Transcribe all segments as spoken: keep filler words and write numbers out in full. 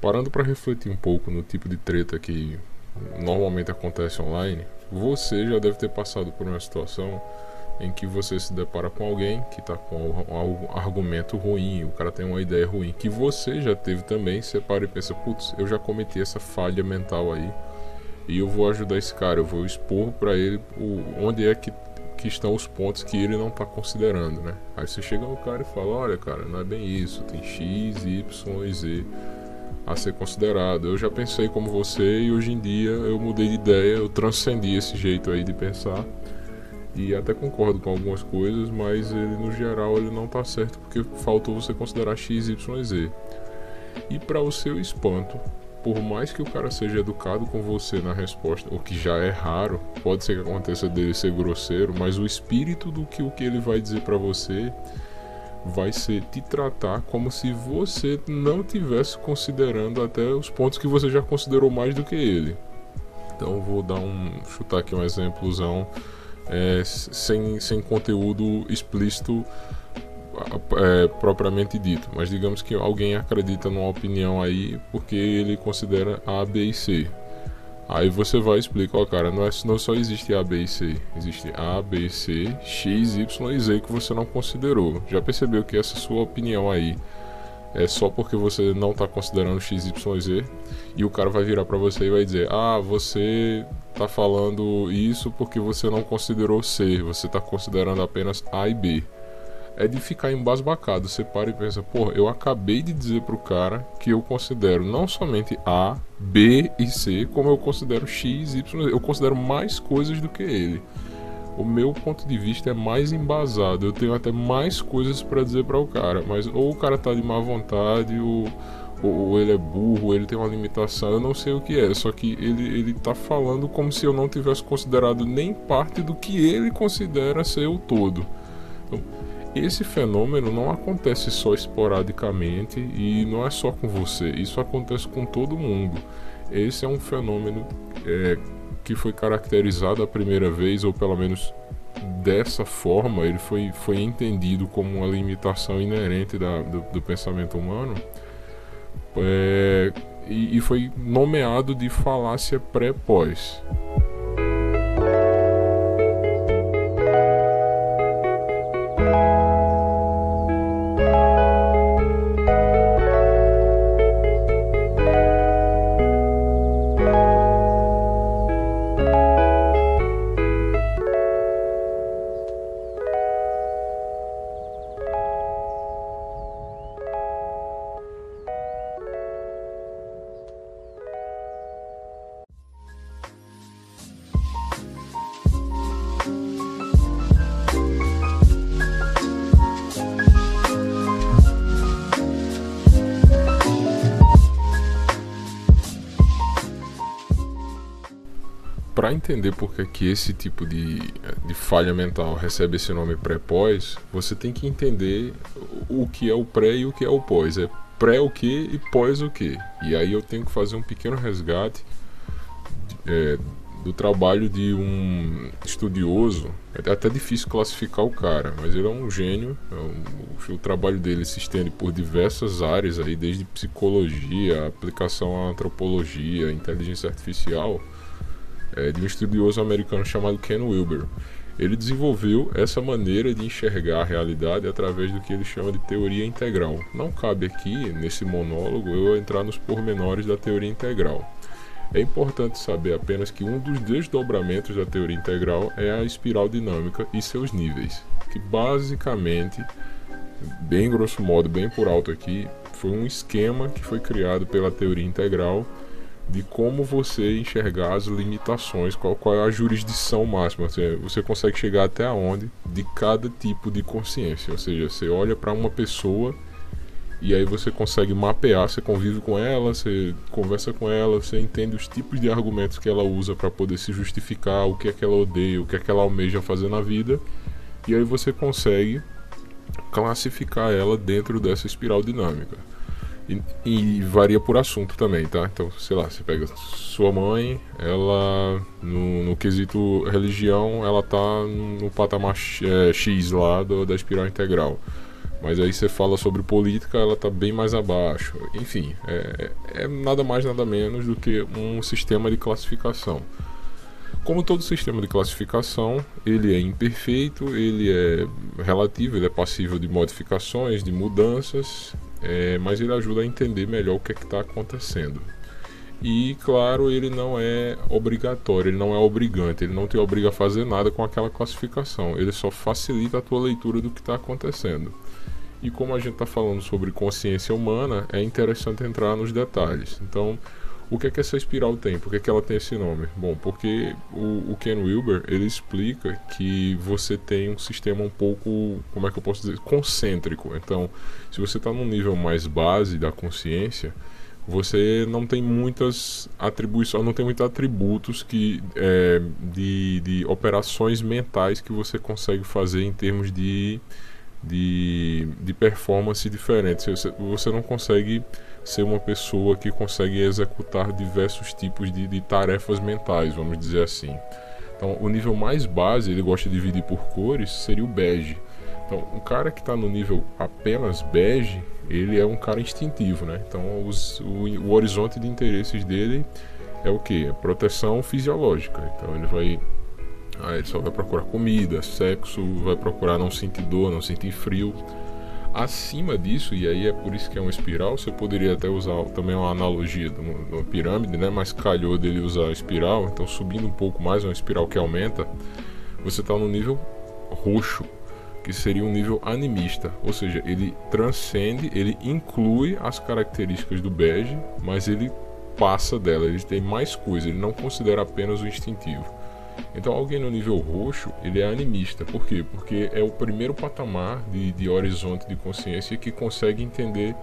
Parando para refletir um pouco no tipo de treta que normalmente acontece online, você já deve ter passado por uma situação em que você se depara com alguém que está com algum argumento ruim, o cara tem uma ideia ruim, que você já teve também, você para e pensa, putz, eu já cometi essa falha mental aí, e eu vou ajudar esse cara, eu vou expor para ele o, onde é que, que estão os pontos que ele não está considerando, né? Aí você chega no cara e fala, olha cara, não é bem isso, tem X, Y e Z a ser considerado. Eu já pensei como você e hoje em dia eu mudei de ideia, eu transcendi esse jeito aí de pensar e até concordo com algumas coisas, mas ele no geral ele não tá certo porque faltou você considerar X, Y e Z. E para o seu espanto, por mais que o cara seja educado com você na resposta, o que já é raro, pode ser que aconteça dele ser grosseiro, mas o espírito do que o que ele vai dizer para você vai ser te tratar como se você não tivesse considerando até os pontos que você já considerou mais do que ele. Então vou dar um chutar aqui um exemplozão é, sem, sem conteúdo explícito é, propriamente dito, mas digamos que alguém acredita numa opinião aí porque ele considera A, B e C. Aí você vai explicar, ó cara, não, é, não só existe A, B e C, existe A, B, C, X, Y e Z que você não considerou. Já percebeu que essa sua opinião aí é só porque você não está considerando X, Y e Z? E o cara vai virar para você e vai dizer, ah, você tá falando isso porque você não considerou C, você está considerando apenas A e B. É de ficar embasbacado, você para e pensa, porra, eu acabei de dizer pro cara que eu considero não somente A, B e C, como eu considero X, Y, eu considero mais coisas do que ele. O meu ponto de vista é mais embasado, eu tenho até mais coisas para dizer para o cara, mas ou o cara tá de má vontade, ou, ou ele é burro, ou ele tem uma limitação, eu não sei o que é, só que ele, ele tá falando como se eu não tivesse considerado nem parte do que ele considera ser o todo. Então, esse fenômeno não acontece só esporadicamente e não é só com você, isso acontece com todo mundo. Esse é um fenômeno é, que foi caracterizado a primeira vez, ou pelo menos dessa forma, ele foi, foi entendido como uma limitação inerente da, do, do pensamento humano é, e, e foi nomeado de falácia pré-pós. Para entender por que, que esse tipo de, de falha mental recebe esse nome pré-pós, você tem que entender o que é o pré e o que é o pós. É pré o que e pós o que. E aí eu tenho que fazer um pequeno resgate é, do trabalho de um estudioso. É até difícil classificar o cara, mas ele é um gênio. É um, o trabalho dele se estende por diversas áreas, aí, desde psicologia, aplicação à antropologia, inteligência artificial. É, de um estudioso americano chamado Ken Wilber. Ele desenvolveu essa maneira de enxergar a realidade através do que ele chama de teoria integral. Não cabe aqui, nesse monólogo, eu entrar nos pormenores da teoria integral. É importante saber apenas que um dos desdobramentos da teoria integral é a espiral dinâmica e seus níveis, que basicamente, bem grosso modo, bem por alto aqui, foi um esquema que foi criado pela teoria integral de como você enxergar as limitações, qual, qual é a jurisdição máxima, você, você consegue chegar até onde de cada tipo de consciência, ou seja, você olha para uma pessoa e aí você consegue mapear, você convive com ela, você conversa com ela, você entende os tipos de argumentos que ela usa para poder se justificar, o que é que ela odeia, o que é que ela almeja fazer na vida, e aí você consegue classificar ela dentro dessa espiral dinâmica. E, e varia por assunto também, tá? Então, sei lá, você pega sua mãe, ela no, no quesito religião, ela tá no patamar é, X lá do, da espiral integral. Mas aí você fala sobre política, ela está bem mais abaixo. Enfim, é, é nada mais nada menos do que um sistema de classificação. Como todo sistema de classificação, ele é imperfeito, ele é relativo, ele é passível de modificações, de mudanças, é, mas ele ajuda a entender melhor o que é que está acontecendo. E, claro, ele não é obrigatório, ele não é obrigante, ele não te obriga a fazer nada com aquela classificação, ele só facilita a tua leitura do que está acontecendo. E como a gente está falando sobre consciência humana, é interessante entrar nos detalhes. Então, o que é que essa espiral tem? Por que é que ela tem esse nome? Bom, porque o, o Ken Wilber, ele explica que você tem um sistema um pouco, como é que eu posso dizer, concêntrico. Então, se você está num nível mais base da consciência, você não tem muitas atribuições, não tem muitos atributos que, é, de, de operações mentais que você consegue fazer em termos de, de, de performance diferentes. Você, você não consegue ser uma pessoa que consegue executar diversos tipos de, de tarefas mentais, vamos dizer assim. Então, o nível mais base, ele gosta de dividir por cores, seria o bege. Então, um cara que está no nível apenas bege, ele é um cara instintivo, né? Então, os, o, o horizonte de interesses dele é o quê? É proteção fisiológica. Então, ele vai, ah, ele só vai procurar comida, sexo, vai procurar não sentir dor, não sentir frio. Acima disso, e aí é por isso que é uma espiral, você poderia até usar também uma analogia de uma, de uma pirâmide, né? Mas calhou dele usar a espiral, então subindo um pouco mais, uma espiral que aumenta, você está no nível roxo, que seria um nível animista, ou seja, ele transcende, ele inclui as características do bege, mas ele passa dela, ele tem mais coisa, ele não considera apenas o instintivo. Então alguém no nível roxo, ele é animista. Por quê? Porque é o primeiro patamar de, de horizonte de consciência que consegue entender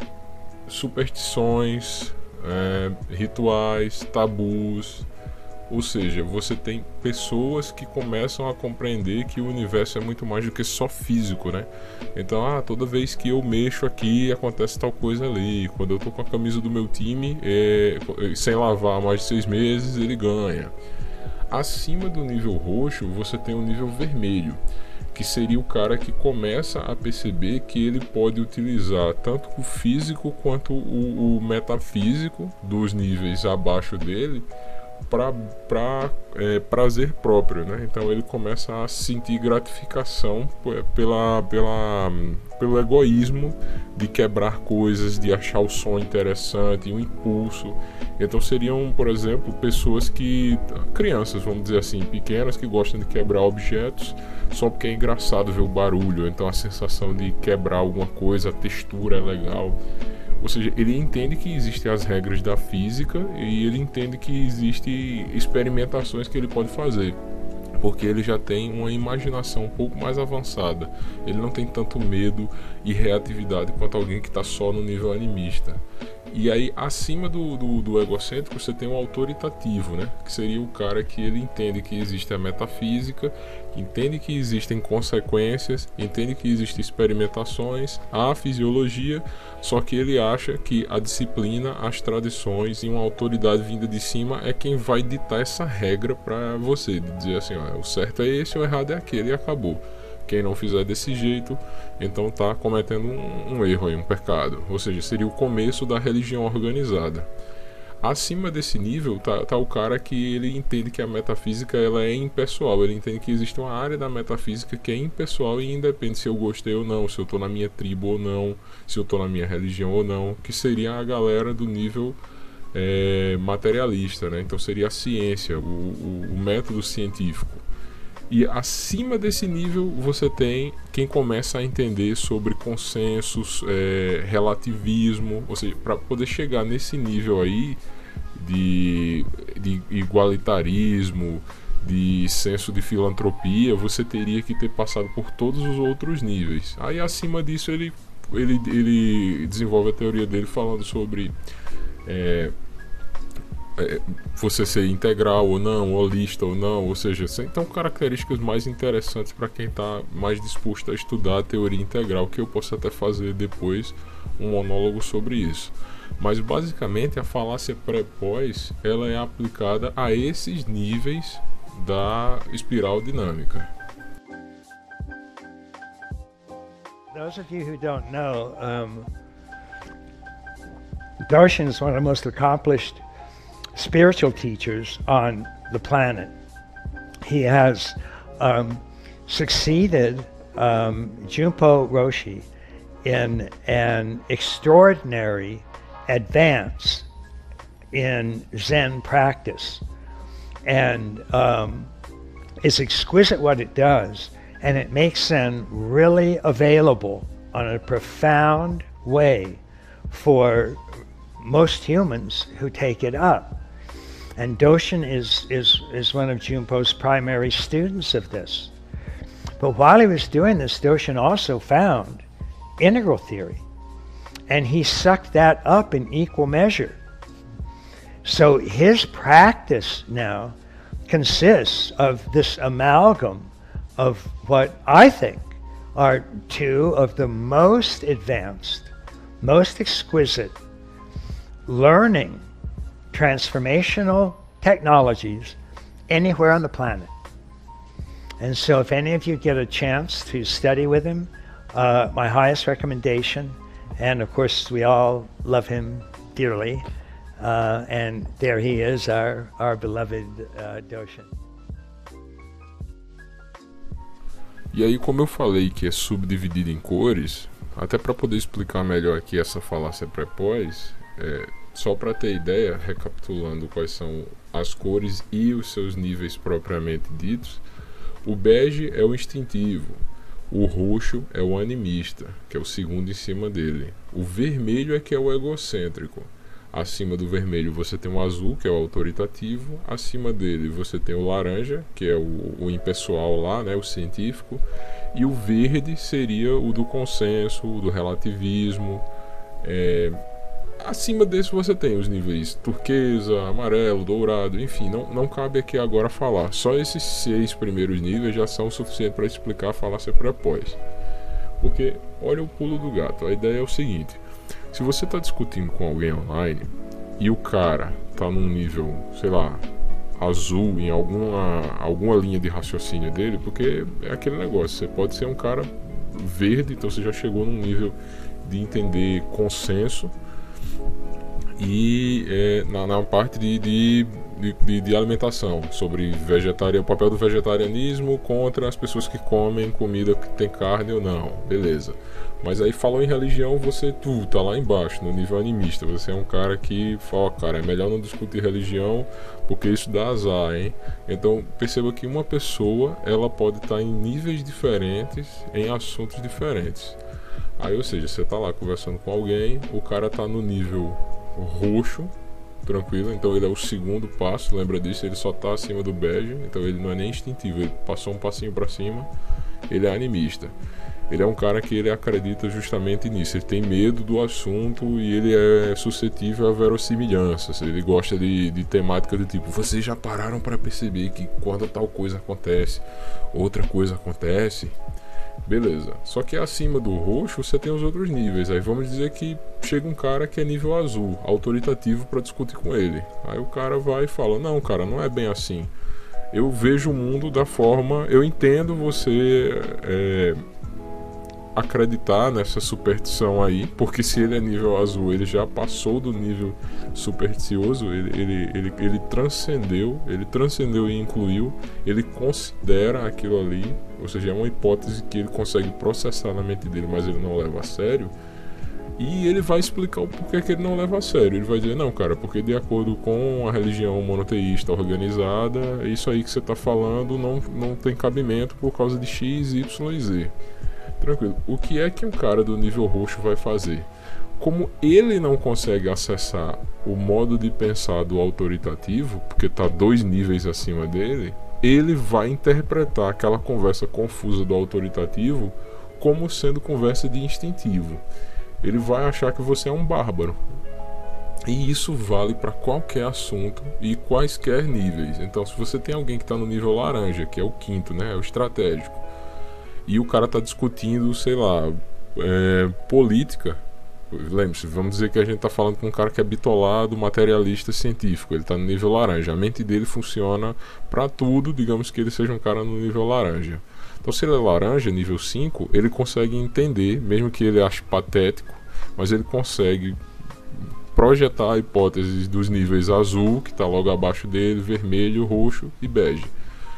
superstições, é, rituais, tabus. Ou seja, você tem pessoas que começam a compreender que o universo é muito mais do que só físico, né? Então, ah, toda vez que eu mexo aqui, acontece tal coisa ali. Quando eu tô com a camisa do meu time, é, sem lavar há mais de seis meses, ele ganha. Acima do nível roxo, você tem o nível vermelho, que seria o cara que começa a perceber que ele pode utilizar tanto o físico quanto o, o metafísico dos níveis abaixo dele para é, prazer próprio, né? Então ele começa a sentir gratificação pela, pela, pelo egoísmo de quebrar coisas, de achar o som interessante, um impulso. Então seriam, por exemplo, pessoas que, crianças, vamos dizer assim, pequenas, que gostam de quebrar objetos só porque é engraçado ver o barulho, então a sensação de quebrar alguma coisa, a textura é legal. Ou seja, ele entende que existem as regras da física e ele entende que existem experimentações que ele pode fazer, porque ele já tem uma imaginação um pouco mais avançada. Ele não tem tanto medo e reatividade quanto alguém que está só no nível animista. E aí, acima do, do, do egocêntrico, você tem o autoritativo, né? Que seria o cara que ele entende que existe a metafísica, entende que existem consequências, entende que existem experimentações, a fisiologia, só que ele acha que a disciplina, as tradições e uma autoridade vinda de cima é quem vai ditar essa regra para você, de dizer assim, ó, o certo é esse, o errado é aquele e acabou. Quem não fizer desse jeito, então está cometendo um, um erro aí, um pecado. Ou seja, seria o começo da religião organizada. Acima desse nível tá, tá o cara que ele entende que a metafísica ela é impessoal. Ele entende que existe uma área da metafísica que é impessoal e independe se eu gostei ou não, se eu estou na minha tribo ou não, se eu estou na minha religião ou não, que seria a galera do nível é, materialista, né? Então seria a ciência, o, o, o método científico. E acima desse nível você tem quem começa a entender sobre consensos, é, relativismo, ou seja, para poder chegar nesse nível aí de, de igualitarismo, de senso de filantropia, você teria que ter passado por todos os outros níveis. Aí acima disso ele, ele, ele desenvolve a teoria dele falando sobre é, É, você ser integral ou não, holista ou não, ou seja, então características mais interessantes para quem está mais disposto a estudar a teoria integral, que eu posso até fazer depois um monólogo sobre isso. Mas basicamente a falácia pré-pós ela é aplicada a esses níveis da espiral dinâmica. those of you who don't know, um, Darshan is one of the most accomplished spiritual teachers on the planet. He has um, succeeded um, Junpo Roshi in an extraordinary advance in Zen practice. And um, it's exquisite what it does, and it makes Zen really available on a profound way for most humans who take it up. And Doshin is, is, is one of Junpo's primary students of this. But while he was doing this, Doshin also found integral theory, and he sucked that up in equal measure. So his practice now consists of this amalgam of what I think are two of the most advanced, most exquisite learning transformational technologies anywhere on the planet. And so if any of you get a chance to study with him, uh, my highest recommendation, and of course we all love him dearly, uh, and there he is, our, our beloved uh, Doshin. E aí, como eu falei que é subdividido em cores, até para poder explicar melhor aqui essa falácia pré-pós, é, só para ter ideia, recapitulando quais são as cores e os seus níveis propriamente ditos, o bege é o instintivo, o roxo é o animista, que é o segundo em cima dele, o vermelho é que é o egocêntrico. Acima do vermelho você tem o azul, que é o autoritativo. Acima dele você tem o laranja, que é o, o impessoal lá, né, o científico. E o verde seria o do consenso, o do relativismo. É... Acima desse você tem os níveis turquesa, amarelo, dourado, enfim, não, não cabe aqui agora falar. Só esses seis primeiros níveis já são o suficiente para explicar a falácia pré-pós. Porque, olha o pulo do gato, a ideia é o seguinte: se você está discutindo com alguém online e o cara está num nível, sei lá, azul em alguma, alguma linha de raciocínio dele, porque é aquele negócio, você pode ser um cara verde, então você já chegou num nível de entender consenso e é, na, na parte de, de, de, de alimentação, sobre vegetari- o papel do vegetarianismo contra as pessoas que comem comida que tem carne ou não, beleza. Mas aí falou em religião, você tu, tá lá embaixo, no nível animista. Você é um cara que fala, cara, é melhor não discutir religião, porque isso dá azar, hein? Então perceba que uma pessoa, ela pode estar em níveis diferentes, em assuntos diferentes. Aí, ou seja, você tá lá conversando com alguém, o cara tá no nível roxo, tranquilo, então ele é o segundo passo, lembra disso, ele só tá acima do bege, então ele não é nem instintivo, ele passou um passinho para cima, ele é animista. Ele é um cara que ele acredita justamente nisso, ele tem medo do assunto e ele é suscetível a verossimilhanças, ele gosta de, de temática do tipo, vocês já pararam para perceber que quando tal coisa acontece, outra coisa acontece? Beleza, só que acima do roxo você tem os outros níveis. Aí vamos dizer que chega um cara que é nível azul, autoritativo, para discutir com ele. Aí o cara vai e fala, não cara, não é bem assim, eu vejo o mundo da forma, eu entendo você é, acreditar nessa superstição aí, porque se ele é nível azul, ele já passou do nível supersticioso, ele, ele, ele, ele transcendeu, ele transcendeu e incluiu, ele considera aquilo ali, ou seja, é uma hipótese que ele consegue processar na mente dele, mas ele não leva a sério, e ele vai explicar o porquê que ele não leva a sério. Ele vai dizer, não cara, porque de acordo com a religião monoteísta organizada, isso aí que você está falando não, não tem cabimento por causa de X, Y e Z. Tranquilo. O que é que um cara do nível roxo vai fazer? Como ele não consegue acessar o modo de pensar do autoritativo, porque está dois níveis acima dele, ele vai interpretar aquela conversa confusa do autoritativo como sendo conversa de instintivo. Ele vai achar que você é um bárbaro. E isso vale para qualquer assunto e quaisquer níveis. Então, se você tem alguém que está no nível laranja, que é o quinto, né, é o estratégico, e o cara está discutindo, sei lá, é, política, lembre-se, vamos dizer que a gente está falando com um cara que é bitolado, materialista, científico, ele está no nível laranja, a mente dele funciona para tudo, digamos que ele seja um cara no nível laranja. Então, se ele é laranja, nível cinco, ele consegue entender, mesmo que ele ache patético, mas ele consegue projetar a hipótese dos níveis azul, que está logo abaixo dele, vermelho, roxo e bege.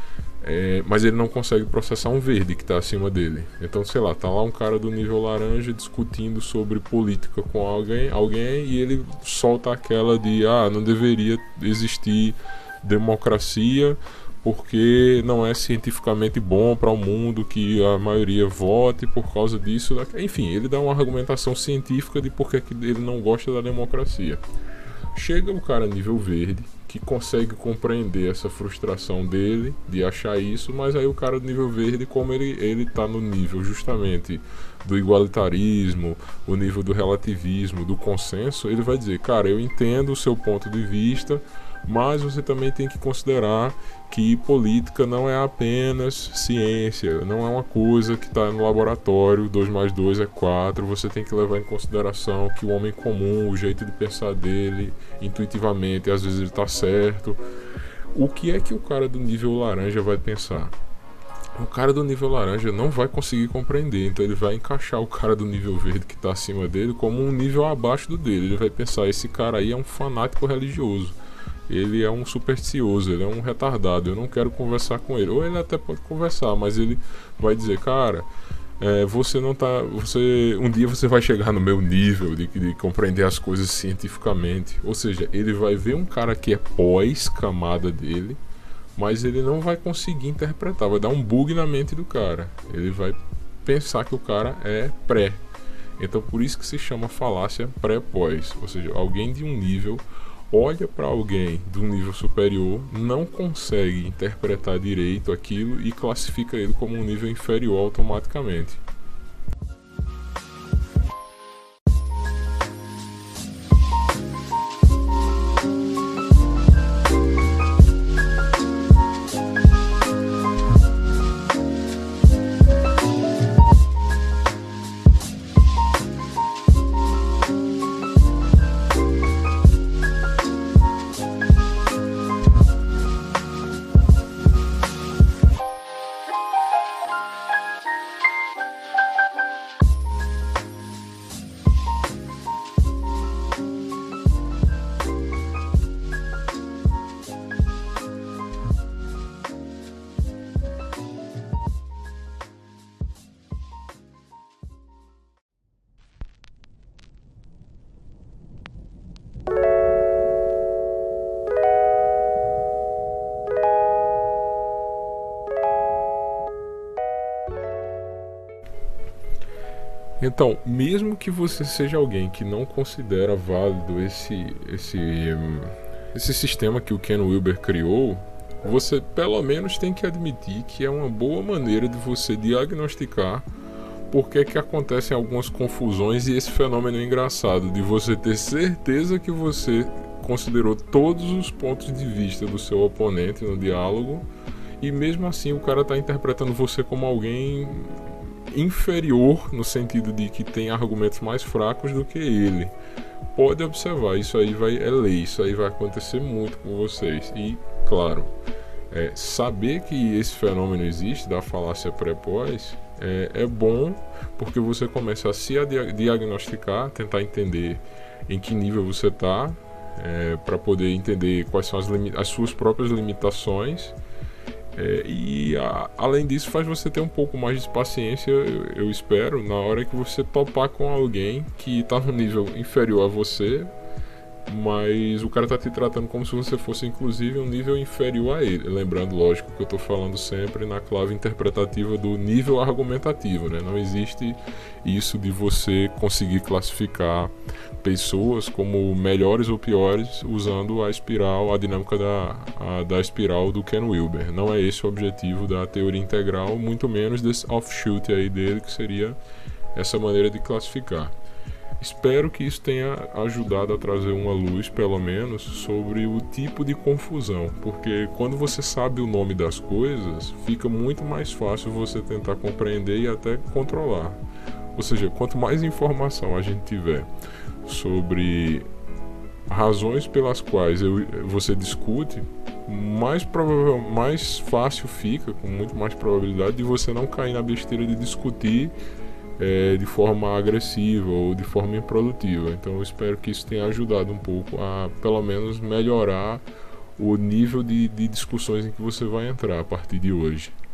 É, mas ele não consegue processar um verde que está acima dele. Então, sei lá, tá lá um cara do nível laranja discutindo sobre política com alguém, alguém e ele solta aquela de ah, não deveria existir democracia porque não é cientificamente bom para o mundo que a maioria vote por causa disso. Enfim, ele dá uma argumentação científica de por que ele não gosta da democracia. Chega o cara nível verde, que consegue compreender essa frustração dele de achar isso, mas aí o cara do nível verde, como ele ele tá no nível justamente do igualitarismo, o nível do relativismo, do consenso, ele vai dizer, cara, eu entendo o seu ponto de vista, mas você também tem que considerar que política não é apenas ciência, não é uma coisa que está no laboratório, dois mais dois é quatro, você tem que levar em consideração que o homem comum, o jeito de pensar dele, intuitivamente, às vezes ele está certo. O que é que o cara do nível laranja vai pensar? O cara do nível laranja não vai conseguir compreender, então ele vai encaixar o cara do nível verde que está acima dele como um nível abaixo do dele. Ele vai pensar, esse cara aí é um fanático religioso, ele é um supersticioso, ele é um retardado, eu não quero conversar com ele. Ou ele até pode conversar, mas ele vai dizer, cara, é, você não tá, você, um dia você vai chegar no meu nível de, de compreender as coisas cientificamente. Ou seja, ele vai ver um cara que é pós-camada dele, mas ele não vai conseguir interpretar, vai dar um bug na mente do cara. Ele vai pensar que o cara é pré. Então por isso que se chama falácia pré-pós. Ou seja, alguém de um nível olha para alguém de um nível superior, não consegue interpretar direito aquilo e classifica ele como um nível inferior automaticamente. Então, mesmo que você seja alguém que não considera válido esse, esse, esse sistema que o Ken Wilber criou, você pelo menos tem que admitir que é uma boa maneira de você diagnosticar por que que acontecem algumas confusões e esse fenômeno engraçado de você ter certeza que você considerou todos os pontos de vista do seu oponente no diálogo e mesmo assim o cara está interpretando você como alguém inferior, no sentido de que tem argumentos mais fracos do que ele. Pode observar, isso aí vai, é lei, isso aí vai acontecer muito com vocês. E, claro, é, saber que esse fenômeno existe, da falácia pré-pós, é, é bom porque você começa a se diagnosticar, tentar entender em que nível você está, é, para poder entender quais são as, as suas próprias limitações. É, e a, além disso faz você ter um pouco mais de paciência, eu, eu espero, na hora que você topar com alguém que está no nível inferior a você, mas o cara está te tratando como se você fosse inclusive um nível inferior a ele. Lembrando, lógico, que eu estou falando sempre na clave interpretativa do nível argumentativo, né? Não existe isso de você conseguir classificar pessoas como melhores ou piores usando a espiral, a dinâmica da, a, da espiral do Ken Wilber. Não é esse o objetivo da teoria integral, muito menos desse offshoot aí dele, que seria essa maneira de classificar. Espero que isso tenha ajudado a trazer uma luz, pelo menos, sobre o tipo de confusão, porque quando você sabe o nome das coisas, fica muito mais fácil você tentar compreender e até controlar. Ou seja, quanto mais informação a gente tiver sobre razões pelas quais eu, você discute, mais provável, mais fácil fica, com muito mais probabilidade de você não cair na besteira de discutir é, de forma agressiva ou de forma improdutiva. Então eu espero que isso tenha ajudado um pouco a, pelo menos, melhorar o nível de, de discussões em que você vai entrar a partir de hoje.